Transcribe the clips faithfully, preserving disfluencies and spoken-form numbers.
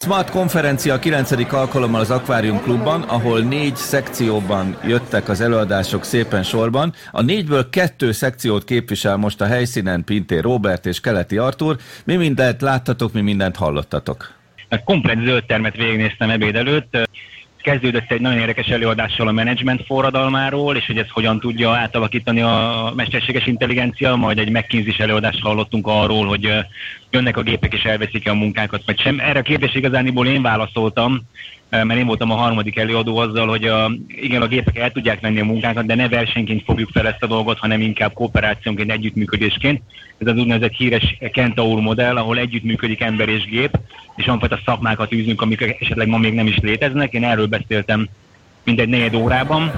Smart konferencia a kilencedik alkalommal az Aquarium Klubban, ahol négy szekcióban jöttek az előadások szépen sorban. A négyből kettő szekciót képvisel most a helyszínen Pintér Róbert és Keleti Artúr. Mi mindent láttatok, mi mindent hallottatok? Komplett zöld termet végignéztem ebéd előtt. Kezdődött egy nagyon érdekes előadással a menedzsment forradalmáról, és hogy ez hogyan tudja átalakítani a mesterséges intelligencia, majd egy McKinsey-s előadást hallottunk arról, hogy jönnek a gépek és elveszik a munkákat, vagy sem. Erre a kérdésre igazániból én válaszoltam, mert én voltam a harmadik előadó azzal, hogy a, igen, a gépek el tudják venni a munkákat, de ne versenyként fogjuk fel ezt a dolgot, hanem inkább kooperációnként, együttműködésként. Ez az úgynevezett híres Kentaur modell, ahol együttműködik ember és gép, és onfajta szakmákat űzünk, amik esetleg ma még nem is léteznek. Én erről beszéltem mindegy negyed órában.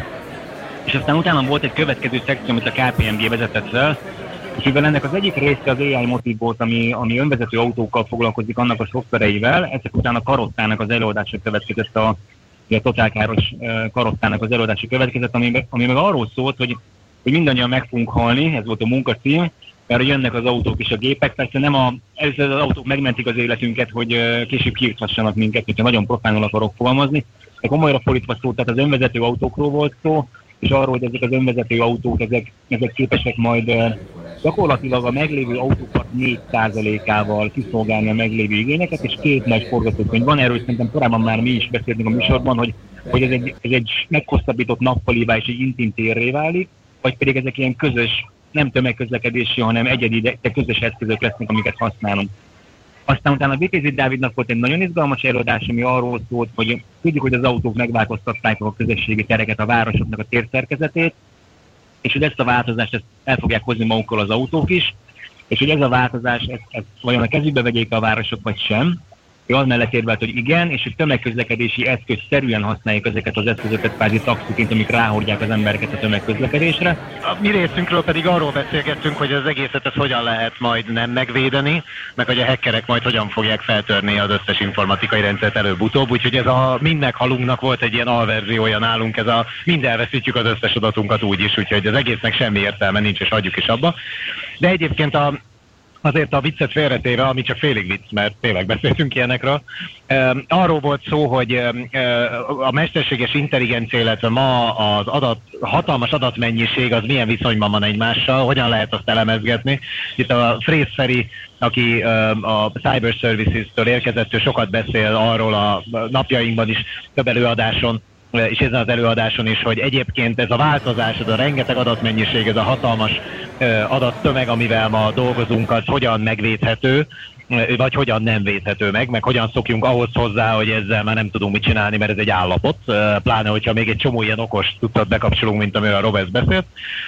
És aztán utána volt egy következő szekció, amit a ká pé em gé vezetett fel, és mivel ennek az egyik része az á i motív volt, ami, ami önvezető autókkal foglalkozik, annak a szoftvereivel, ezek után a Karottának az előadása következett, a, a Totál Káros Karottának az előadása következett, ami, ami meg arról szólt, hogy, hogy mindannyian meg fogunk halni, ez volt a munkacím, mert jönnek az autók és a gépek, persze nem a, először az autók megmentik az életünket, hogy később kiirthassanak minket, hogyha nagyon profánul akarok fogalmazni, de komolyra fordítva szó, tehát az önvezető autókról volt szó, és arról, hogy ezek az önvezető autók, ezek, ezek képesek majd gyakorlatilag a meglévő autókat négy százalékával kiszolgálni a meglévő igényeket, és két nagy forgatókönyv van. Erről szerintem korábban már mi is beszéltünk a műsorban, hogy, hogy ez, egy, ez egy meghosszabbított nappalivá és egy intim térré válik, vagy pedig ezek ilyen közös, nem tömegközlekedési, hanem egyedi, de közös eszközök lesznek, amiket használunk. Aztán utána a Vitézi Dávidnak volt egy nagyon izgalmas előadás, ami arról szólt, hogy tudjuk, hogy az autók megváltoztatták a közösségi tereket, a városoknak a térszerkezetét, és hogy ezt a változást ezt el fogják hozni magukkal az autók is, és hogy ez a változás, ezt, ezt vajon a kezükbe vegyék a városok, vagy sem. Ő az mellett érvelt, hogy igen, és hogy tömegközlekedési eszközszerűen használjuk ezeket az eszközöket, kvázi taxiként, amik ráhordják az embereket a tömegközlekedésre. A mi részünkről pedig arról beszélgettünk, hogy az egészet ez hogyan lehet majd nem megvédeni, meg hogy a hackerek majd hogyan fogják feltörni az összes informatikai rendszert előbb-utóbb, úgyhogy ez a mind meghalunknak volt egy ilyen alverziója nálunk, ez a mind elveszítjük az összes adatunkat úgyis, úgyhogy az egésznek semmi értelme nincs, és hagyjuk is abba. De egyébként a azért a viccet félretéve, ami csak félig vicc, mert tényleg beszéltünk ilyenekről. Arról volt szó, hogy a mesterséges intelligencia, illetve ma az adat, hatalmas adatmennyiség az milyen viszonyban van egymással, hogyan lehet azt elemezgetni. Itt a Frész Feri, aki a Cyber Services-től érkezett, ő sokat beszél arról a napjainkban is, több előadáson, és ezen az előadáson is, hogy egyébként ez a változás, ez a rengeteg adatmennyiség, ez a hatalmas adattömeg, amivel ma dolgozunk, az hogyan megvédhető, vagy hogyan nem védhető meg, meg hogyan szokjunk ahhoz hozzá, hogy ezzel már nem tudunk mit csinálni, mert ez egy állapot, pláne, hogyha még egy csomó ilyen okos tudtat bekapcsolunk, mint amiről a Robert beszélt.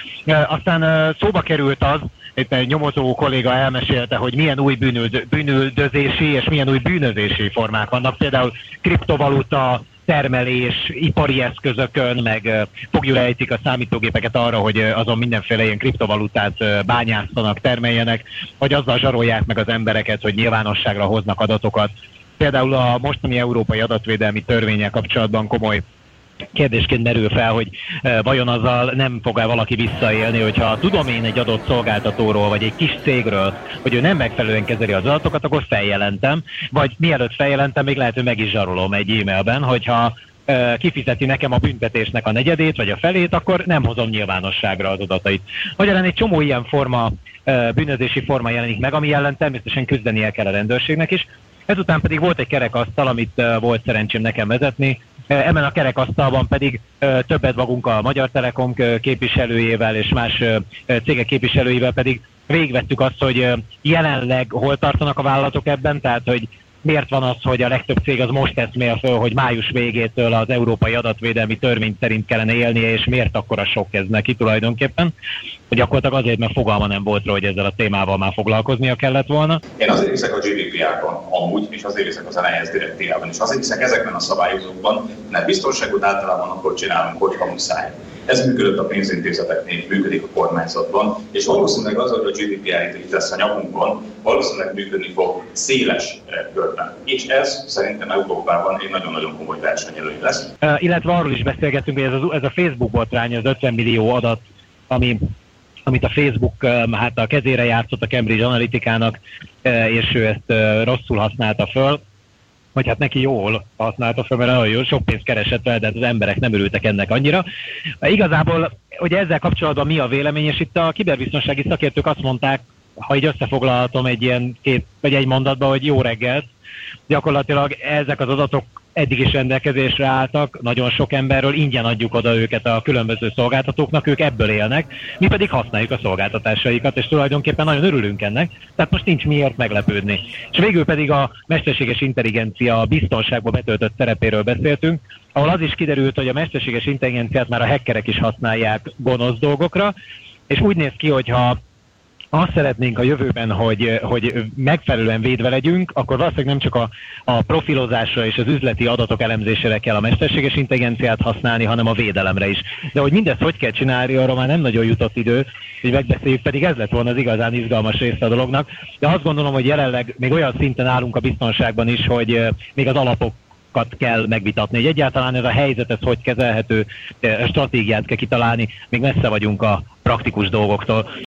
Aztán szóba került az, itt egy nyomozó kolléga elmesélte, hogy milyen új bűnöld, bűnöldözési és milyen új bűnözési formák vannak, például kriptovaluta, termelés, ipari eszközökön, meg fogjulejtik a számítógépeket arra, hogy azon mindenféle ilyen kriptovalutát bányásztanak, termeljenek, vagy azzal zsarolják meg az embereket, hogy nyilvánosságra hoznak adatokat. Például a mostani európai adatvédelmi törvénnyel kapcsolatban komoly kérdésként merül fel, hogy e, vajon azzal nem fog-e valaki visszaélni, hogyha tudom én egy adott szolgáltatóról, vagy egy kis cégről, hogy ő nem megfelelően kezeli az adatokat, akkor feljelentem, vagy mielőtt feljelentem, még lehet, hogy meg is zsarolom egy e-mailben, hogyha e, kifizeti nekem a büntetésnek a negyedét, vagy a felét, akkor nem hozom nyilvánosságra az adatait. Magyarán egy csomó ilyen forma, e, bűnözési forma jelenik meg, ami ellen természetesen küzdenie kell a rendőrségnek is. Ezután pedig volt egy kerekasztal, amit uh, volt szerencsém nekem vezetni. Uh, ebben a kerekasztalban pedig uh, többet magunk a Magyar Telekom képviselőjével és más uh, cégek képviselőivel pedig végigvettük azt, hogy uh, jelenleg hol tartanak a vállalatok ebben, tehát hogy miért van az, hogy a legtöbb cég az most eszmél föl, hogy május végétől az Európai Adatvédelmi Törvény szerint kellene élnie, és miért akkora sok ez neki tulajdonképpen. Gyakorlatilag azért, mert fogalma nem volt rá, hogy ezzel a témával már foglalkoznia kellett volna. Én azért hiszek a gé dé pé er-ban amúgy, és azért hiszek az en i es direktívában, és azért hiszek ezekben a szabályozókban, mert biztonságot általában akkor csinálunk, hogyha muszáj. Ez működött a pénzintézeteknél, működik a kormányzatban, és valószínűleg az, hogy a gé dé pé er itt lesz a nyakunkon, valószínűleg működni fog széles körben. És ez szerintem Európában egy nagyon-nagyon komoly versenyelőny lesz. Uh, illetve arról is beszélgettünk, hogy ez, az, ez a Facebook botrány, az ötven millió adat, ami amit a Facebook hát a kezére játszott a Cambridge Analytica-nak, és ő ezt rosszul használta föl. vagy hát neki jól használta fel, mert nagyon jó, sok pénzt keresett vele, de az emberek nem örültek ennek annyira. Igazából, ugye ezzel kapcsolatban mi a vélemény, és itt a kiberbiztonsági szakértők azt mondták, ha így összefoglalhatom egy ilyen két, vagy egy mondatba, hogy jó reggelt, gyakorlatilag ezek az adatok eddig is rendelkezésre álltak, nagyon sok emberről ingyen adjuk oda őket a különböző szolgáltatóknak, ők ebből élnek, mi pedig használjuk a szolgáltatásaikat, és tulajdonképpen nagyon örülünk ennek, tehát most nincs miért meglepődni. És végül pedig a mesterséges intelligencia biztonságba betöltött szerepéről beszéltünk, ahol az is kiderült, hogy a mesterséges intelligenciát már a hackerek is használják gonosz dolgokra, és úgy néz ki, hogyha azt szeretnénk a jövőben, hogy, hogy megfelelően védve legyünk, akkor valószínűleg nem csak a, a profilozásra és az üzleti adatok elemzésére kell a mesterséges intelligenciát használni, hanem a védelemre is. De hogy mindezt hogy kell csinálni, arra már nem nagyon jutott idő, hogy megbeszéljük, pedig ez lett volna az igazán izgalmas része a dolognak. De azt gondolom, hogy jelenleg még olyan szinten állunk a biztonságban is, hogy még az alapok kell megvitatni, hogy egyáltalán ez a helyzet, ez hogy kezelhető, stratégiát kell kitalálni, még messze vagyunk a praktikus dolgoktól.